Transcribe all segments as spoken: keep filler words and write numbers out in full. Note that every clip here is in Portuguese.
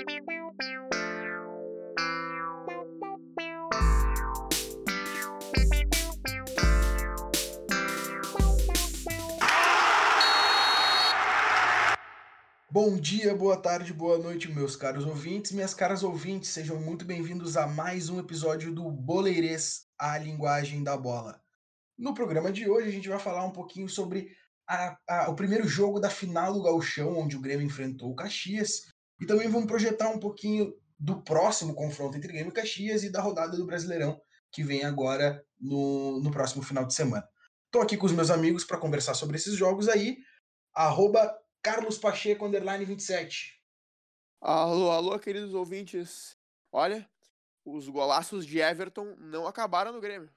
Bom dia, boa tarde, boa noite, meus caros ouvintes, minhas caras ouvintes, sejam muito bem-vindos a mais um episódio do Boleirês, a linguagem da bola. No programa de hoje a gente vai falar um pouquinho sobre a, a, o primeiro jogo da final do Gauchão, onde o Grêmio enfrentou o Caxias, e também vamos projetar um pouquinho do próximo confronto entre Grêmio e Caxias e da rodada do Brasileirão, que vem agora no, no próximo final de semana. Estou aqui com os meus amigos para conversar sobre esses jogos aí, arroba Carlos Pacheco, underline vinte e sete. Alô, alô, queridos ouvintes. Olha, os golaços de Everton não acabaram no Grêmio.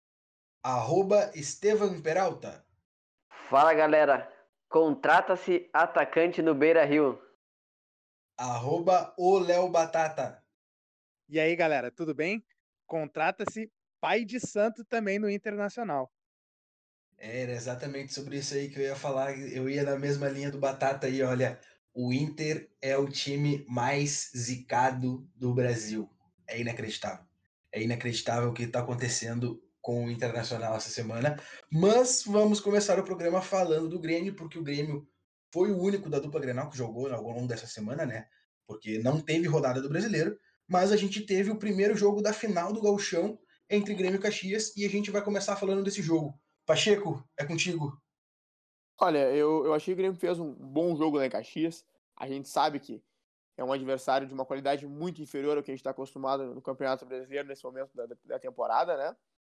Arroba Estevam Peralta. Fala, galera. Contrata-se atacante no Beira-Rio. Arroba o Léo Batata. E aí, galera, tudo bem? Contrata-se pai de santo também no Internacional. Era exatamente sobre isso aí que eu ia falar. Eu ia na mesma linha do Batata aí, olha. O Inter é o time mais zicado do Brasil. É inacreditável. É inacreditável o que está acontecendo com o Internacional essa semana. Mas vamos começar o programa falando do Grêmio, porque o Grêmio foi o único da dupla Grenal que jogou ao longo dessa semana, né? Porque não teve rodada do Brasileiro, mas a gente teve o primeiro jogo da final do Gauchão entre Grêmio e Caxias e a gente vai começar falando desse jogo. Pacheco, é contigo. Olha, eu, eu achei que o Grêmio fez um bom jogo lá em Caxias. A gente sabe que é um adversário de uma qualidade muito inferior ao que a gente está acostumado no Campeonato Brasileiro nesse momento da, da temporada, né?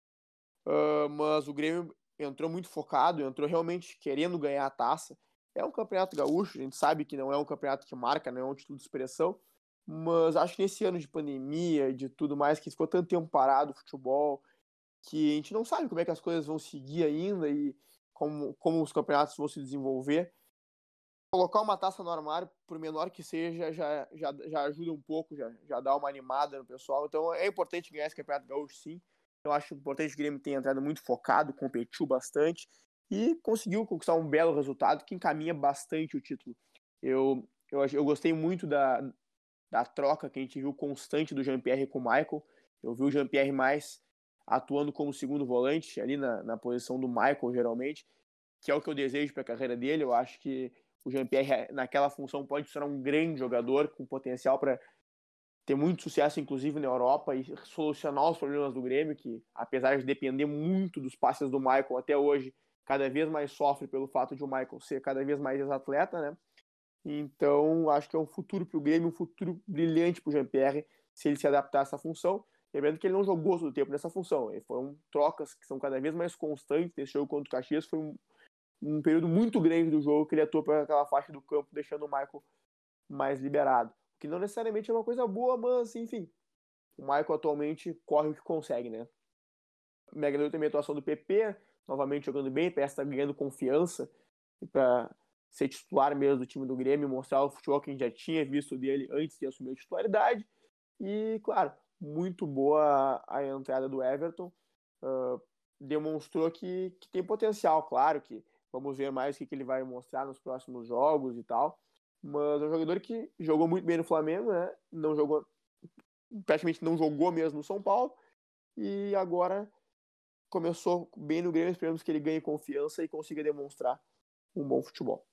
Uh, mas o Grêmio entrou muito focado, entrou realmente querendo ganhar a taça. É um campeonato gaúcho, a gente sabe que não é um campeonato que marca, não é um título de expressão, mas acho que nesse ano de pandemia e de tudo mais, que ficou tanto tempo parado o futebol, que a gente não sabe como é que as coisas vão seguir ainda e como, como os campeonatos vão se desenvolver. Colocar uma taça no armário, por menor que seja, já, já, já ajuda um pouco, já, já dá uma animada no pessoal. Então é importante ganhar esse campeonato gaúcho, sim. Eu acho importante que o Grêmio tenha entrado muito focado, competiu bastante e conseguiu conquistar um belo resultado que encaminha bastante o título. Eu, eu, eu gostei muito da, da troca que a gente viu constante do Jean-Pierre com o Michael. Eu vi o Jean-Pierre mais atuando como segundo volante, ali na, na posição do Michael, geralmente, que é o que eu desejo para a carreira dele. Eu acho que o Jean-Pierre, naquela função, pode se tornar um grande jogador, com potencial para ter muito sucesso, inclusive na Europa, e solucionar os problemas do Grêmio, que, apesar de depender muito dos passes do Michael até hoje, cada vez mais sofre pelo fato de o Michael ser cada vez mais ex-atleta, né? Então, acho que é um futuro para o Grêmio, um futuro brilhante para o Jean-Pierre, se ele se adaptar a essa função. Lembrando que ele não jogou todo o tempo nessa função. Foram trocas que são cada vez mais constantes. Nesse jogo contra o Caxias foi um, um período muito grande do jogo que ele atuou para aquela faixa do campo, deixando o Michael mais liberado. O que não necessariamente é uma coisa boa, mas, enfim, o Michael atualmente corre o que consegue, né? Me agradou também a atuação do P P, novamente jogando bem, parece estar ganhando confiança para ser titular mesmo do time do Grêmio, mostrar o futebol que a gente já tinha visto dele antes de assumir a titularidade. E, claro, muito boa a entrada do Everton. Uh, demonstrou que, que tem potencial, claro que vamos ver mais o que, que ele vai mostrar nos próximos jogos e tal. Mas é um jogador que jogou muito bem no Flamengo, né? Não jogou, praticamente não jogou mesmo no São Paulo. E agora começou bem no Grêmio. Esperamos que ele ganhe confiança e consiga demonstrar um bom futebol.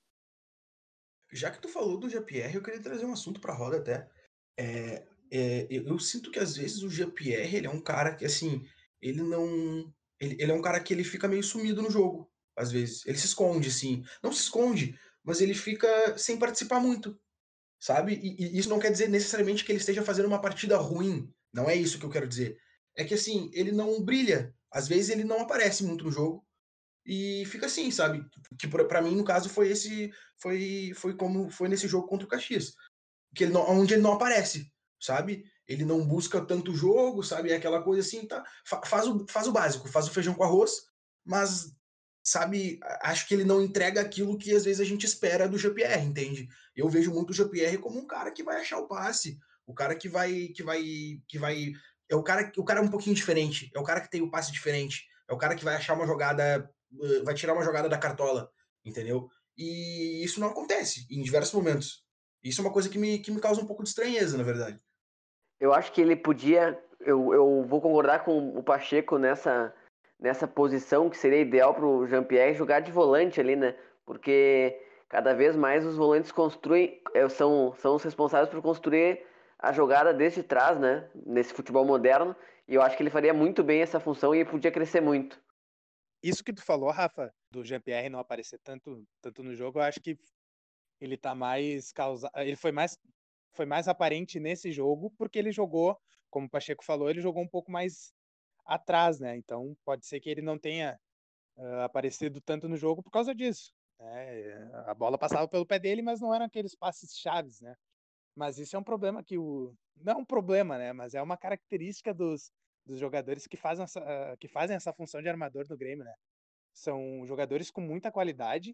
Já que tu falou do Jean-Pierre, eu queria trazer um assunto pra roda até. É, é, eu, eu sinto que às vezes o Jean-Pierre, ele é um cara que, assim, ele não... Ele, ele é um cara que ele fica meio sumido no jogo, às vezes. Ele se esconde, assim. Não se esconde, mas ele fica sem participar muito, sabe? E, e isso não quer dizer necessariamente que ele esteja fazendo uma partida ruim. Não é isso que eu quero dizer. É que, assim, ele não brilha. Às vezes ele não aparece muito no jogo. E fica assim, sabe? Que pra mim, no caso, foi esse. Foi, foi como foi nesse jogo contra o Caxias. Que ele não, onde ele não aparece, sabe? Ele não busca tanto jogo, sabe? É aquela coisa assim, tá? Fa- Faz o, faz o básico, faz o feijão com arroz, mas, sabe, acho que ele não entrega aquilo que às vezes a gente espera do Jean-Pierre, entende? Eu vejo muito o Jean-Pierre como um cara que vai achar o passe, o cara que vai. que vai. que vai. É o cara, o cara é um pouquinho diferente, é o cara que tem o passe diferente, é o cara que vai achar uma jogada, uh, vai tirar uma jogada da cartola, entendeu? E isso não acontece em diversos momentos. Isso é uma coisa que me, que me causa um pouco de estranheza, na verdade. Eu acho que ele podia. Eu, eu vou concordar com o Pacheco nessa, nessa posição que seria ideal para o Jean-Pierre jogar de volante ali, né? Porque cada vez mais os volantes construem, é, são, são os responsáveis por construir a jogada desde trás, né? Nesse futebol moderno. E eu acho que ele faria muito bem essa função e podia crescer muito. Isso que tu falou, Rafa, do Jean-Pierre não aparecer tanto, tanto no jogo, eu acho que ele tá mais causa... ele foi mais foi mais aparente nesse jogo porque ele jogou, como o Pacheco falou, ele jogou um pouco mais atrás, né? Então pode ser que ele não tenha uh, aparecido tanto no jogo por causa disso. Né? A bola passava pelo pé dele, mas não eram aqueles passes chaves, né? Mas isso é um problema que o não é um problema, né? Mas é uma característica dos, dos jogadores que fazem essa, uh, que fazem essa função de armador do Grêmio, né? São jogadores com muita qualidade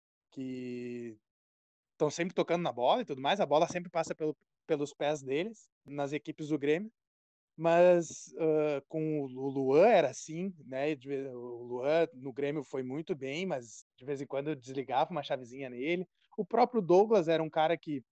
que estão sempre tocando na bola e tudo mais, a bola sempre passa pelo, pelos pés deles, nas equipes do Grêmio, mas uh, com o Luan era assim, né, o Luan no Grêmio foi muito bem, mas de vez em quando eu desligava uma chavezinha nele, o próprio Douglas era um cara que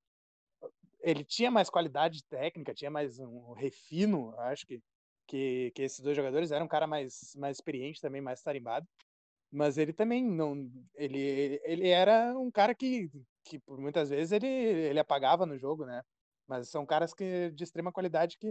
ele tinha mais qualidade técnica, tinha mais um refino, acho que, que, que esses dois jogadores, era um cara mais, mais experiente também, mais tarimbado, mas ele também não, ele, ele era um cara que, que por muitas vezes ele, ele apagava no jogo, né? Mas são caras que de extrema qualidade que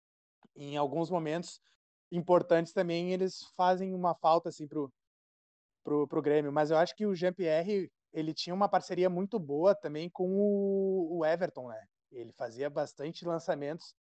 em alguns momentos importantes também eles fazem uma falta assim pro pro, pro Grêmio, mas eu acho que o Jean-Pierre ele tinha uma parceria muito boa também com o, o Everton, né? Ele fazia bastante lançamentos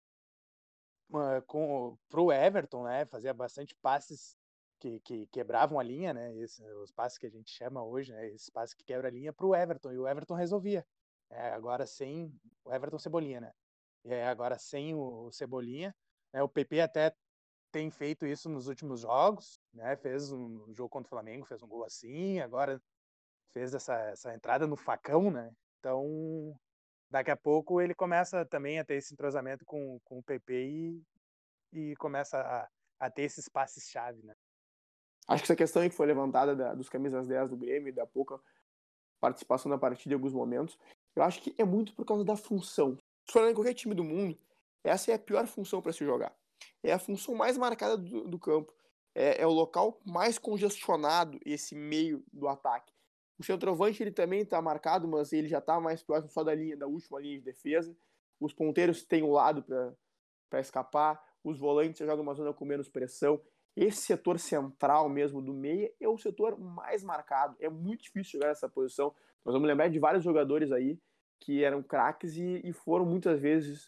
uh, com pro Everton, né? Fazia bastante passes que, que quebravam a linha, né? Esse, os passes que a gente chama hoje, né? Esses passes que quebram a linha para o Everton, e o Everton resolvia. É, agora sem o Everton Cebolinha, né? E é, agora sem o Cebolinha, né? O P P até tem feito isso nos últimos jogos, né? Fez um jogo contra o Flamengo, fez um gol assim, agora fez essa, essa entrada no facão, né? Então, daqui a pouco ele começa também a ter esse entrosamento com, com o P P e, e começa a, a ter esses passes-chave, né? Acho que essa questão aí que foi levantada da, dos camisas dez do Grêmio e da pouca participação na partida em alguns momentos, eu acho que é muito por causa da função. Se for em qualquer time do mundo, essa é a pior função para se jogar. É a função mais marcada do, do campo. É, é o local mais congestionado, esse meio do ataque. O centroavante ele também está marcado, mas ele já está mais próximo só da linha, da última linha de defesa. Os ponteiros têm o lado para escapar. Os volantes jogam uma zona com menos pressão. Esse setor central mesmo do meia é o setor mais marcado. É muito difícil jogar nessa posição. Nós vamos lembrar de vários jogadores aí que eram craques e, e foram muitas vezes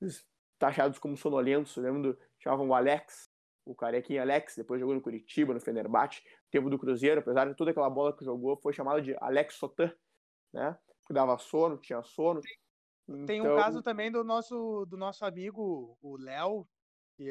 taxados como sonolentos. Eu lembro do chamavam o Alex, o carequinha Alex, depois jogou no Curitiba, no Fenerbahçe, tempo do Cruzeiro, apesar de toda aquela bola que jogou, foi chamado de Alex Sotan, né? Que dava sono, tinha sono. Tem então... um caso também do nosso, do nosso amigo, o Léo, que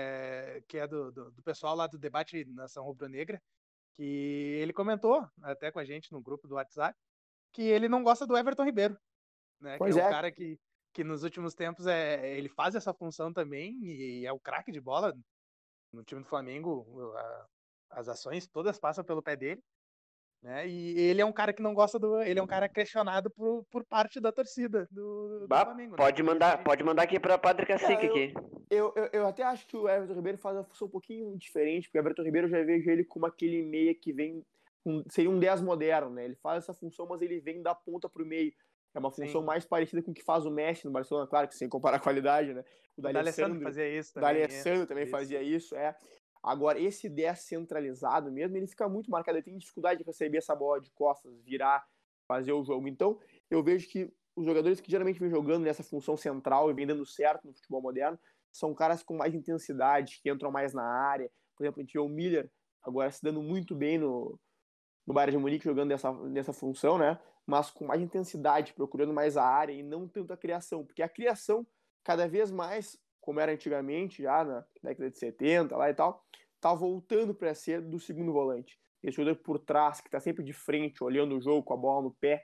é, que é do, do, do pessoal lá do Debate Nação Rubro-Negra, que ele comentou até com a gente no grupo do WhatsApp que ele não gosta do Everton Ribeiro, né? Pois que é, é um cara que, que nos últimos tempos é, ele faz essa função também e é o craque de bola no time do Flamengo. A, as ações todas passam pelo pé dele, né? E ele é um cara que não gosta do, ele é um cara questionado por, por parte da torcida do, do Bah, Flamengo. pode Né? mandar, pode mandar aqui para Padre Cacique é, eu, aqui. Eu, eu, eu até acho que o Everton Ribeiro faz uma função um pouquinho diferente, porque o Everton Ribeiro eu já vejo ele como aquele meia que vem, um, seria um dez moderno, né? Ele faz essa função, mas ele vem da ponta pro meio. É uma função Sim. mais parecida com o que faz o Messi no Barcelona, claro que sem comparar a qualidade, né? O D'Alessandro fazia isso também. O também. D'Alessandro também isso. fazia isso, é. Agora, esse dez centralizado mesmo, ele fica muito marcado, ele tem dificuldade de receber essa bola de costas, virar, fazer o jogo. Então, eu vejo que os jogadores que geralmente vêm jogando nessa função central e vem dando certo no futebol moderno, são caras com mais intensidade, que entram mais na área. Por exemplo, a gente vê o Miller agora se dando muito bem no, no Bayern de Munique, jogando nessa, nessa função, né? Mas com mais intensidade, procurando mais a área e não tanto a criação. Porque a criação, cada vez mais, como era antigamente, já na década de setenta lá e tal, tá voltando para ser do segundo volante. Esse jogador por trás, que está sempre de frente, olhando o jogo com a bola no pé.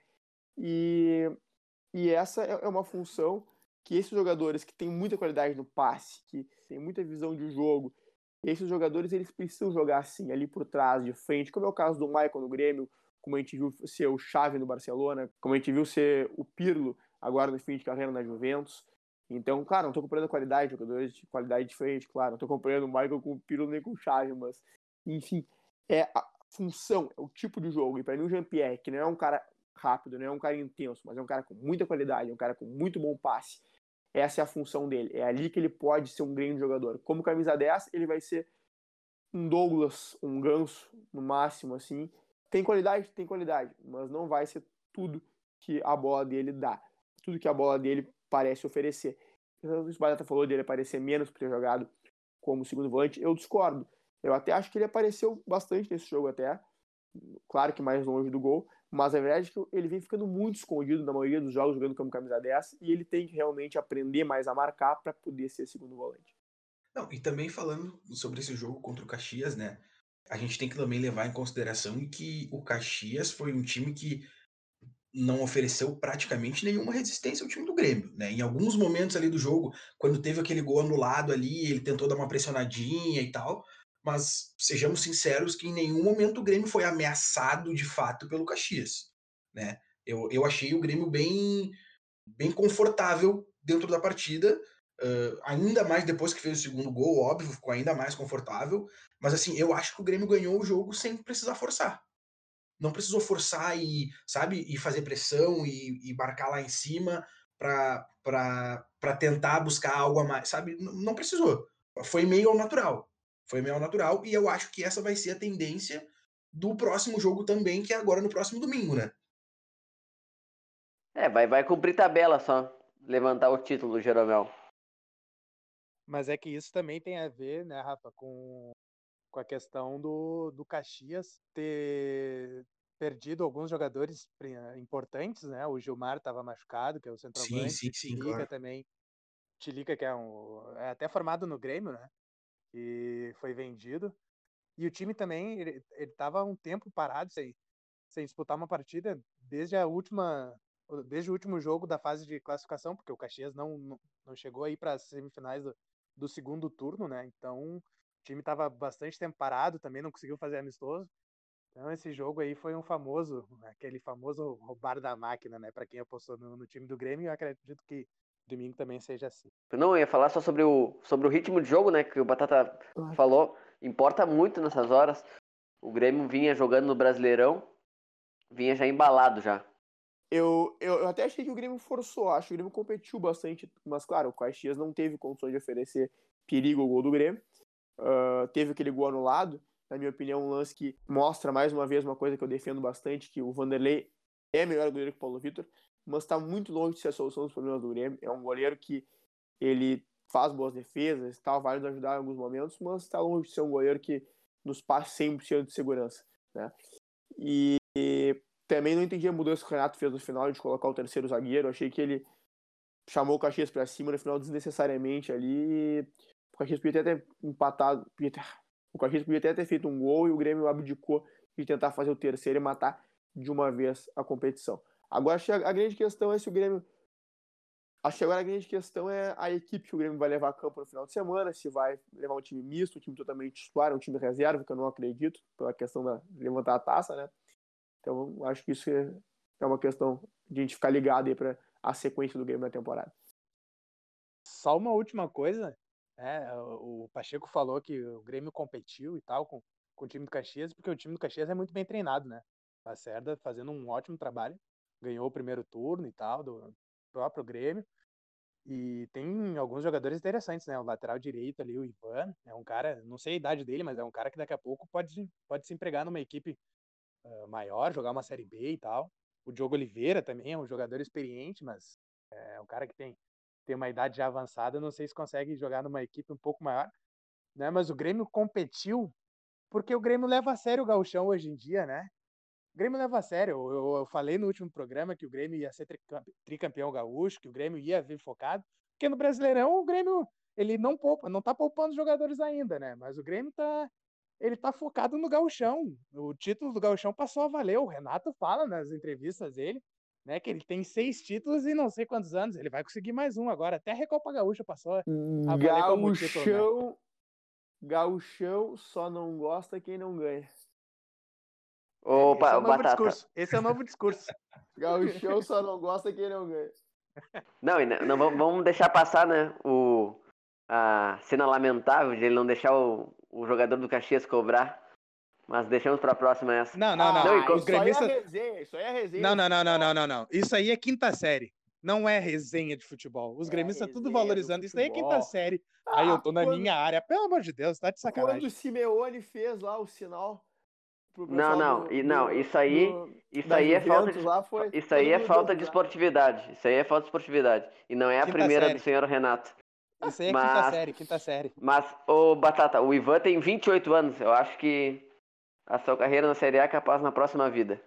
E, e essa é uma função que esses jogadores que têm muita qualidade no passe, que têm muita visão de jogo, esses jogadores eles precisam jogar assim, ali por trás, de frente, como é o caso do Michael no Grêmio, como a gente viu ser o Xavi no Barcelona, como a gente viu ser o Pirlo agora no fim de carreira na Juventus. Então, claro, não tô comparando a qualidade, jogadores de qualidade diferente, claro, não tô comparando o Michael com o Pirlo nem com o Xavi, mas, enfim, é a função, é o tipo de jogo. E para mim o Jean-Pierre, que não é um cara rápido, não é um cara intenso, mas é um cara com muita qualidade, é um cara com muito bom passe. Essa é a função dele, é ali que ele pode ser um grande jogador. Como camisa dez, ele vai ser um Douglas, um Ganso, no máximo, assim. Tem qualidade? Tem qualidade, mas não vai ser tudo que a bola dele dá, tudo que a bola dele parece oferecer. O Batata falou dele aparecer menos por ter jogado como segundo volante, eu discordo. Eu até acho que ele apareceu bastante nesse jogo até, claro que mais longe do gol, mas a verdade é que ele vem ficando muito escondido na maioria dos jogos jogando como camisa dez, e ele tem que realmente aprender mais a marcar para poder ser segundo volante. Não, e também falando sobre esse jogo contra o Caxias, né? A gente tem que também levar em consideração que o Caxias foi um time que não ofereceu praticamente nenhuma resistência ao time do Grêmio, né? Em alguns momentos ali do jogo, quando teve aquele gol anulado ali, ele tentou dar uma pressionadinha e tal, mas sejamos sinceros que em nenhum momento o Grêmio foi ameaçado de fato pelo Caxias, né? Eu, eu achei o Grêmio bem, bem confortável dentro da partida, uh, ainda mais depois que fez o segundo gol, óbvio, ficou ainda mais confortável, mas assim, eu acho que o Grêmio ganhou o jogo sem precisar forçar. Não precisou forçar e, sabe, e fazer pressão e, e marcar lá em cima para tentar buscar algo a mais, sabe? N- Não precisou. Foi meio ao natural. Foi meio ao natural e eu acho que essa vai ser a tendência do próximo jogo também, que é agora no próximo domingo, né? É, vai, vai cumprir tabela só. Levantar o título, Jeromel. Mas é que isso também tem a ver, né, Rafa, com, com a questão do, do Caxias ter perdido alguns jogadores pri- importantes, né? O Gilmar estava machucado, que é o Sim, centroavante, sim, o sim, Tilica claro. também. Tilica, que é, um, é até formado no Grêmio, né? E foi vendido. E o time também, ele, ele tava um tempo parado sem, sem disputar uma partida desde a última, desde o último jogo da fase de classificação, porque o Caxias não, não, não chegou aí para as semifinais do, do segundo turno, né? Então, o time tava bastante tempo parado, também não conseguiu fazer amistoso. Então, esse jogo aí foi um famoso, aquele famoso roubar da máquina, né? Para quem apostou no, no time do Grêmio, eu acredito que domingo também seja assim. Eu não ia falar só sobre o, sobre o ritmo de jogo, né? Que o Batata falou. Importa muito nessas horas. O Grêmio vinha jogando no Brasileirão, vinha já embalado já. Eu, eu, eu até achei que o Grêmio forçou, acho que o Grêmio competiu bastante, mas claro, o Caxias não teve condições de oferecer perigo ao gol do Grêmio. Uh, teve aquele gol anulado, na minha opinião, um lance que mostra mais uma vez uma coisa que eu defendo bastante, que o Vanderlei é melhor goleiro que o Paulo Vitor, mas está muito longe de ser a solução dos problemas do Grêmio. É um goleiro que ele faz boas defesas, tal, vai nos ajudar em alguns momentos, mas está longe de ser um goleiro que nos passe cem por cento de segurança, né? E, e também não entendi a mudança que o Renato fez no final de colocar o terceiro zagueiro. Achei que ele chamou o Caxias para cima no final desnecessariamente ali. O Caxias podia até ter empatado, podia ter... o Caxias podia até ter feito um gol e o Grêmio abdicou de tentar fazer o terceiro e matar de uma vez a competição. Agora a grande questão é se o Grêmio Acho que agora a grande questão é a equipe que o Grêmio vai levar a campo no final de semana, se vai levar um time misto, um time totalmente titular, um time reserva, que eu não acredito, pela questão da de levantar a taça, né? Então, acho que isso é é uma questão de a gente ficar ligado aí para a sequência do Grêmio na temporada. Só uma última coisa, né? O Pacheco falou que o Grêmio competiu e tal com, com o time do Caxias, porque o time do Caxias é muito bem treinado, né? O Lacerda fazendo um ótimo trabalho, ganhou o primeiro turno e tal do próprio Grêmio. E tem alguns jogadores interessantes, né? O lateral direito ali, o Ivan, é um cara, não sei a idade dele, mas é um cara que daqui a pouco pode, pode se empregar numa equipe uh, maior, jogar uma Série B e tal. O Diogo Oliveira também é um jogador experiente, mas é um cara que tem, tem uma idade já avançada, não sei se consegue jogar numa equipe um pouco maior, né? Mas o Grêmio competiu porque o Grêmio leva a sério o gauchão hoje em dia, né? O Grêmio leva a sério. Eu, eu falei no último programa que o Grêmio ia ser tricampeão gaúcho, que o Grêmio ia vir focado, porque no Brasileirão o Grêmio ele não poupa, não tá poupando jogadores ainda, né? Mas o Grêmio tá ele tá focado no gauchão. O título do gauchão passou a valer. O Renato fala nas entrevistas dele, né, que ele tem seis títulos e não sei quantos anos. Ele vai conseguir mais um agora. Até a Recopa Gaúcha passou a valer como título, né? Gauchão, gauchão só não gosta quem não ganha. Ô, Esse é pa- o novo Batata, discurso. Esse é o novo discurso. Gauchão só não gosta quem não ganha. Não, e não, não vamos deixar passar, né, o, a cena lamentável de ele não deixar o, o jogador do Caxias cobrar. Mas deixamos pra próxima essa. Não, não, não. Não, e Ah, co- Os isso aí é gremistas. resenha, isso aí é resenha. Não, de não, não, não, futebol. não, não, não. Isso aí é quinta série. Não é resenha de futebol. Os É gremistas tudo resenha do valorizando. Isso daí é quinta futebol. série. Aí eu Ah, tô na quando, minha área. Pelo amor de Deus, tá de quando sacanagem. o Simeone fez lá o sinal pro Não, pessoal não, do, e não, do, isso aí, do- isso da aí é falta Juventus de, lá, foi. isso Todo aí é mundo deu falta de risada. esportividade. Isso aí é falta de esportividade. E não é a Quinta primeira do série. senhor Renato. Isso aí é quinta Mas, série, quinta série. mas, ô Batata, o Ivan tem vinte e oito anos. Eu acho que a sua carreira na Série A é capaz na próxima vida.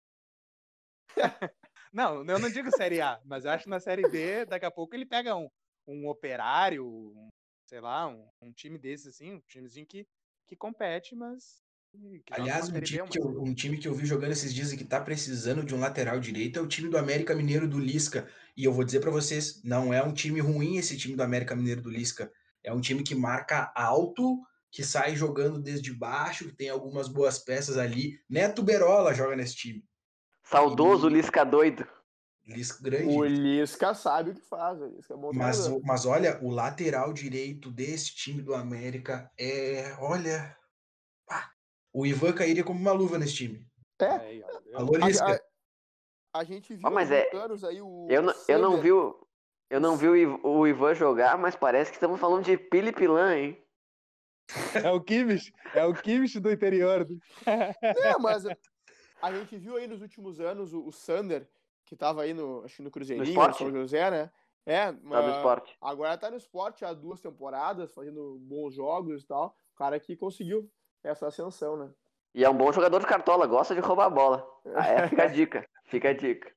Não, eu não digo série A, mas eu acho que na série B, daqui a pouco ele pega um, um operário, um, sei lá, um, um time desses assim, um timezinho que, que compete, mas que joga Aliás, uma um série B time, ou que mais. eu, um time que eu vi jogando esses dias e que tá precisando de um lateral direito é o time do América Mineiro do Lisca. E eu vou dizer pra vocês, não é um time ruim esse time do América Mineiro do Lisca. É um time que marca alto, que sai jogando desde baixo, que tem algumas boas peças ali. Neto Berola joga nesse time. Saudoso E Lisca doido. Lisca O grande. Lisca sabe o que faz, o Lisca é bom Mas, treinador. o- mas olha, o lateral direito desse time do América é. Olha. pá, o Ivan cairia como uma luva nesse time. É, Aí, ó, Alô, viu? a, Lisca. a, a gente Ó, viu aí mas nos é, anos aí o, eu, o não- eu não Sander. vi o, eu o não vi o, Iv- o Ivan jogar, mas parece que estamos falando de Pilipilã, hein? É o Kimmich, é o Kimmich do interior. É, mas a gente viu aí nos últimos anos o, o Sander, que tava aí no, acho que no No Cruzeirinho, no São esporte? José, né? É, Tá no mas esporte. agora tá no esporte há duas temporadas, fazendo bons jogos e tal. O cara que conseguiu essa ascensão, né? E é um bom jogador de cartola, gosta de roubar a bola. Ah, é, fica a dica, fica a dica.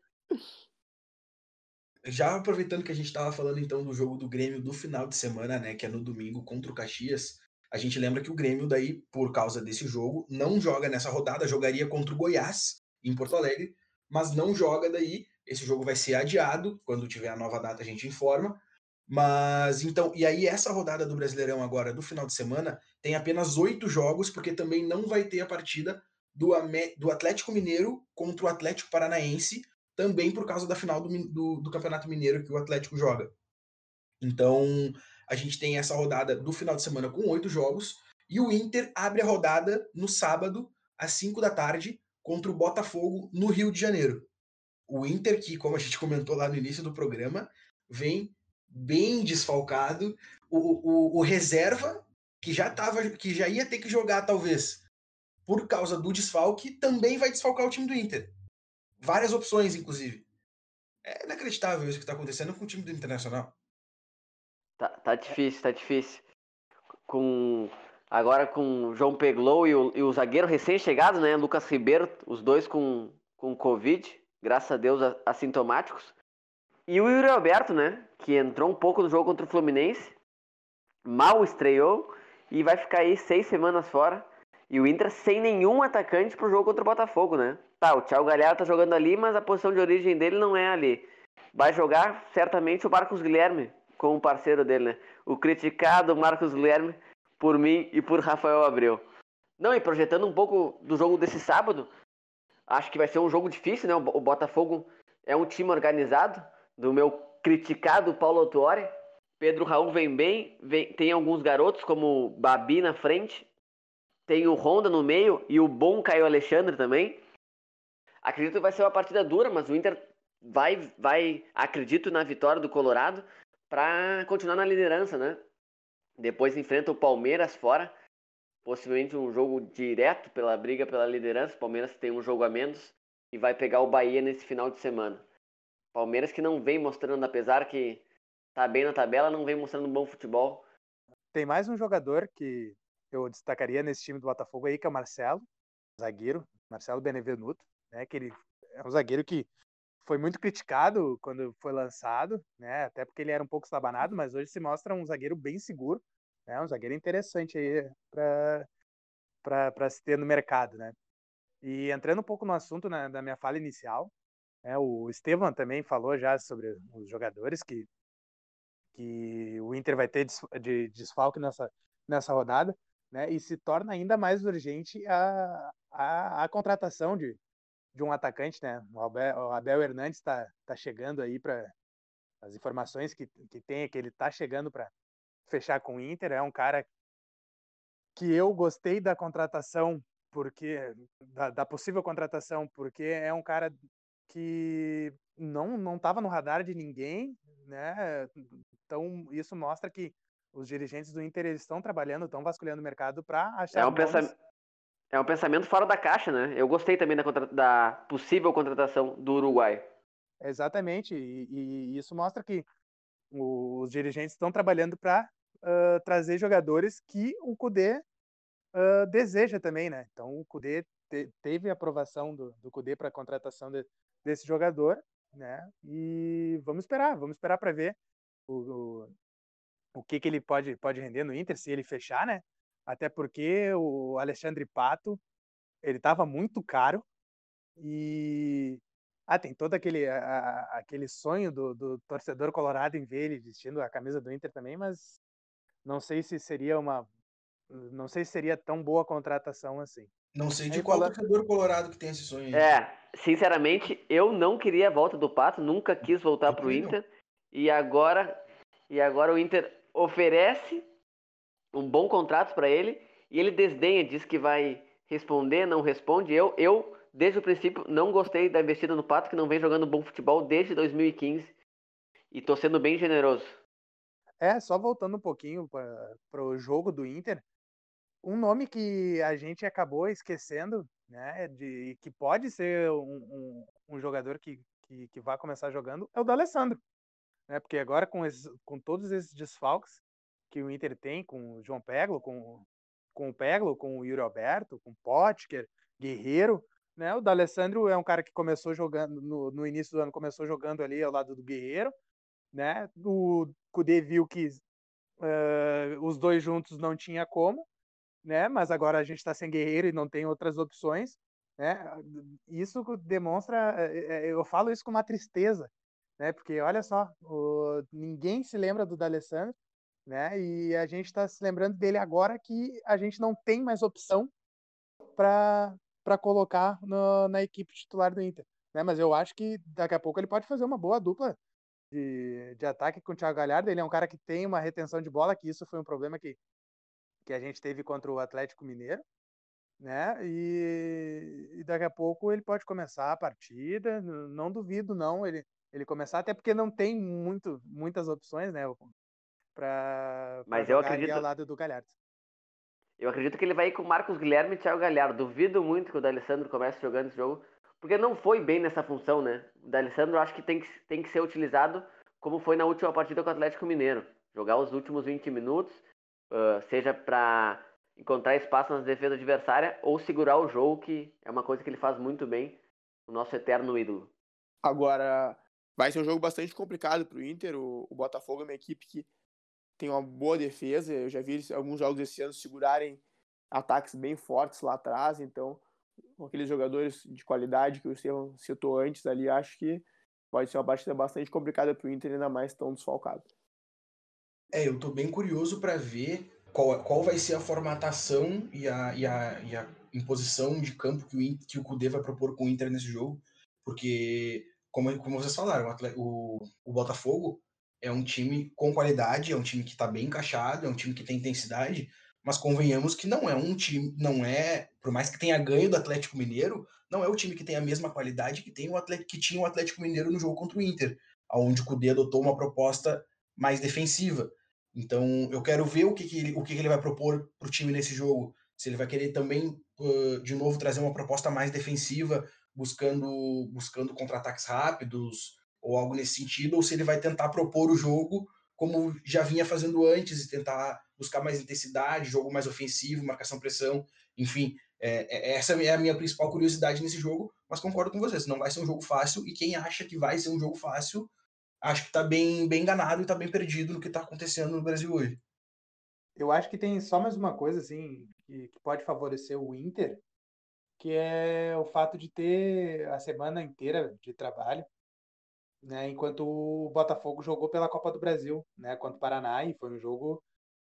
Já aproveitando que a gente estava falando então do jogo do Grêmio do final de semana, né, que é no domingo contra o Caxias, a gente lembra que o Grêmio daí, por causa desse jogo, não joga nessa rodada, jogaria contra o Goiás em Porto Alegre, mas não joga daí. Esse jogo vai ser adiado, quando tiver a nova data a gente informa. Mas então, e aí essa rodada do Brasileirão agora do final de semana tem apenas oito jogos, porque também não vai ter a partida do, do Atlético Mineiro contra o Atlético Paranaense, também por causa da final do, do, do Campeonato Mineiro que o Atlético joga. Então, a gente tem essa rodada do final de semana com oito jogos, e o Inter abre a rodada no sábado, às cinco da tarde, contra o Botafogo, no Rio de Janeiro. O Inter, que, como a gente comentou lá no início do programa, vem bem desfalcado. O, o, o reserva, que já, tava, que já ia ter que jogar, talvez, por causa do desfalque, também vai desfalcar o time do Inter. Várias opções, inclusive. É inacreditável isso que está acontecendo com o time do Internacional. Tá, tá difícil, tá difícil. Com, agora com o João Peglou e o, e o zagueiro recém-chegado, né? Lucas Ribeiro, os dois com, com Covid, graças a Deus assintomáticos. E o Yuri Alberto, né? Que entrou um pouco no jogo contra o Fluminense, mal estreou e vai ficar aí seis semanas fora. E o Inter sem nenhum atacante pro jogo contra o Botafogo, né? Tá, o Thiago Galhardo tá jogando ali, mas a posição de origem dele não é ali. Vai jogar certamente o Marcos Guilherme, como parceiro dele, né? O criticado Marcos Guilherme por mim e por Rafael Abreu. Não, e projetando um pouco do jogo desse sábado, acho que vai ser um jogo difícil, né? O Botafogo é um time organizado, do meu criticado Paulo Autuori. Pedro Raul vem bem, vem, tem alguns garotos como o Babi na frente, tem o Honda no meio e o bom Caio Alexandre também. Acredito que vai ser uma partida dura, mas o Inter vai, vai acredito na vitória do Colorado para continuar na liderança, né? Depois enfrenta o Palmeiras fora, possivelmente um jogo direto pela briga pela liderança. O Palmeiras tem um jogo a menos e vai pegar o Bahia nesse final de semana. Palmeiras que não vem mostrando, apesar que tá bem na tabela, não vem mostrando um bom futebol. Tem mais um jogador que eu destacaria nesse time do Botafogo aí, que é o Marcelo, zagueiro, Marcelo Benevenuto, né? Que ele é um zagueiro que foi muito criticado quando foi lançado, né? Até porque ele era um pouco estabanado, mas hoje se mostra um zagueiro bem seguro, né? Um zagueiro interessante aí para se ter no mercado, né? E entrando um pouco no assunto, né, da minha fala inicial, né, o Estevam também falou já sobre os jogadores que, que o Inter vai ter de desfalque nessa, nessa rodada, né? E se torna ainda mais urgente a, a, a contratação de, de um atacante, né? O Abel, o Abel Hernandes está tá chegando aí para as informações que, que tem é que ele tá chegando para fechar com o Inter. É um cara que eu gostei da contratação, porque da, da possível contratação, porque é um cara que não não estava no radar de ninguém, né? Então isso mostra que os dirigentes do Inter eles estão trabalhando, estão vasculhando o mercado para É achar um, nomes. pensa... é um pensamento fora da caixa, né? Eu gostei também da, contra... da possível contratação do Uruguai. Exatamente, e, e isso mostra que os dirigentes estão trabalhando para uh, trazer jogadores que o Cudê uh, deseja também, né? Então o Cudê te, teve a aprovação do, do Cudê para a contratação de, desse jogador, né? E vamos esperar, vamos esperar para ver o, o, o que, que ele pode, pode render no Inter, se ele fechar, né? Até porque o Alexandre Pato, ele estava muito caro e ah, tem todo aquele, a, a, aquele sonho do, do torcedor colorado em ver ele vestindo a camisa do Inter também, mas não sei se seria uma, não sei se seria tão boa a contratação assim. Não sei de Aí qual falando, torcedor colorado que tem esse sonho aí. É, sinceramente, eu não queria a volta do Pato, nunca quis voltar Eu pro também não. Inter. E agora, e agora o Inter oferece um bom contrato para ele e ele desdenha, diz que vai responder, não responde. Eu, eu desde o princípio, não gostei da investida no Pato, que não vem jogando bom futebol desde dois mil e quinze e tô sendo bem generoso. é, só voltando um pouquinho para o jogo do Inter, um nome que a gente acabou esquecendo, né, de que pode ser um, um, um jogador que, que, que vai começar jogando, é o D'Alessandro, né, porque agora com, esses, com todos esses desfalques que o Inter tem, com o João Peglo, com, com o Peglo, com o Yuri Alberto, com o Potker, Guerreiro, né, o D'Alessandro é um cara que começou jogando, no, no início do ano, começou jogando ali ao lado do Guerreiro, né, o Cudê viu que uh, os dois juntos não tinha como, né? Mas agora a gente está sem Guerreiro e não tem outras opções, né? Isso demonstra, eu falo isso com uma tristeza, né? Porque olha só, o, ninguém se lembra do D'Alessandro, né? E a gente está se lembrando dele agora que a gente não tem mais opção para para colocar no, na equipe titular do Inter, né? Mas eu acho que daqui a pouco ele pode fazer uma boa dupla de, de ataque com o Thiago Galhardo. Ele é um cara que tem uma retenção de bola, que isso foi um problema que que a gente teve contra o Atlético Mineiro, né? E, e daqui a pouco ele pode começar a partida. Não duvido, não, ele, ele começar, até porque não tem muito, muitas opções, né? Para Mas eu jogar ali ao acredito, lado do Galhardo. eu acredito que ele vai ir com o Marcos Guilherme e Thiago Galhardo. Duvido muito que o D'Alessandro comece jogando esse jogo, porque não foi bem nessa função, né? O D'Alessandro eu acho que tem, que tem que ser utilizado como foi na última partida com o Atlético Mineiro. Jogar os últimos vinte minutos, uh, seja para encontrar espaço nas defesas adversárias ou segurar o jogo, que é uma coisa que ele faz muito bem, o nosso eterno ídolo. Agora, vai ser um jogo bastante complicado para o Inter. O Botafogo é uma equipe que tem uma boa defesa. Eu já vi alguns jogos esse ano segurarem ataques bem fortes lá atrás. Então, com aqueles jogadores de qualidade que o Estevão citou antes ali, acho que pode ser uma partida bastante complicada para o Inter, ainda mais tão desfalcado. É, eu tô bem curioso para ver qual, qual vai ser a formatação e a, e a, e a imposição de campo que o, Inter, que o Cudê vai propor com o Inter nesse jogo, porque, como, como vocês falaram, o, o Botafogo é um time com qualidade, é um time que está bem encaixado, é um time que tem intensidade, mas convenhamos que não é um time, não é, por mais que tenha ganho do Atlético Mineiro, não é o time que tem a mesma qualidade que, tem o Atlético, que tinha o Atlético Mineiro no jogo contra o Inter, onde o Cudê adotou uma proposta mais defensiva. Então, eu quero ver o que, que, ele, o que, que ele vai propor para o time nesse jogo. Se ele vai querer também, uh, de novo, trazer uma proposta mais defensiva, buscando, buscando contra-ataques rápidos ou algo nesse sentido, ou se ele vai tentar propor o jogo como já vinha fazendo antes e tentar buscar mais intensidade, jogo mais ofensivo, marcação-pressão, enfim. É, é, essa é a minha principal curiosidade nesse jogo, mas concordo com vocês, não vai ser um jogo fácil, e quem acha que vai ser um jogo fácil acho que tá bem, bem enganado e tá bem perdido no que tá acontecendo no Brasil hoje. Eu acho que tem só mais uma coisa assim que, que pode favorecer o Inter, que é o fato de ter a semana inteira de trabalho, né? Enquanto o Botafogo jogou pela Copa do Brasil, né? Contra o Paraná, e foi um jogo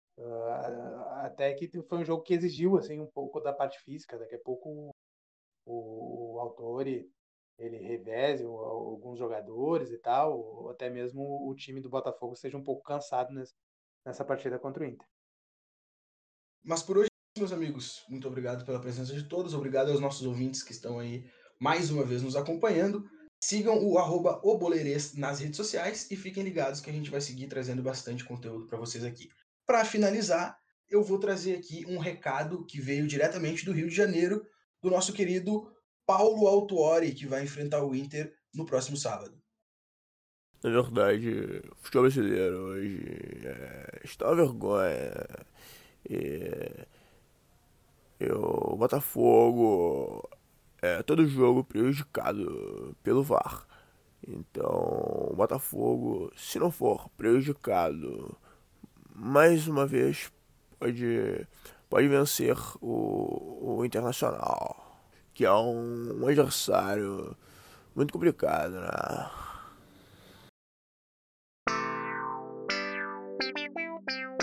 uh, até que foi um jogo que exigiu assim um pouco da parte física. Daqui a pouco o, o Autori ele reveze alguns jogadores e tal, ou até mesmo o time do Botafogo seja um pouco cansado nessa partida contra o Inter. Mas por hoje, meus amigos, muito obrigado pela presença de todos, obrigado aos nossos ouvintes que estão aí mais uma vez nos acompanhando. Sigam o arroba oboleirês nas redes sociais e fiquem ligados que a gente vai seguir trazendo bastante conteúdo para vocês aqui. Para finalizar, eu vou trazer aqui um recado que veio diretamente do Rio de Janeiro, do nosso querido Paulo Autuori, que vai enfrentar o Inter no próximo sábado. Na verdade, o futebol brasileiro hoje é, está uma vergonha. E, e o Botafogo é todo jogo prejudicado pelo V A R. Então, o Botafogo, se não for prejudicado, mais uma vez pode, pode vencer o, o Internacional, que é um, um adversário muito complicado, né?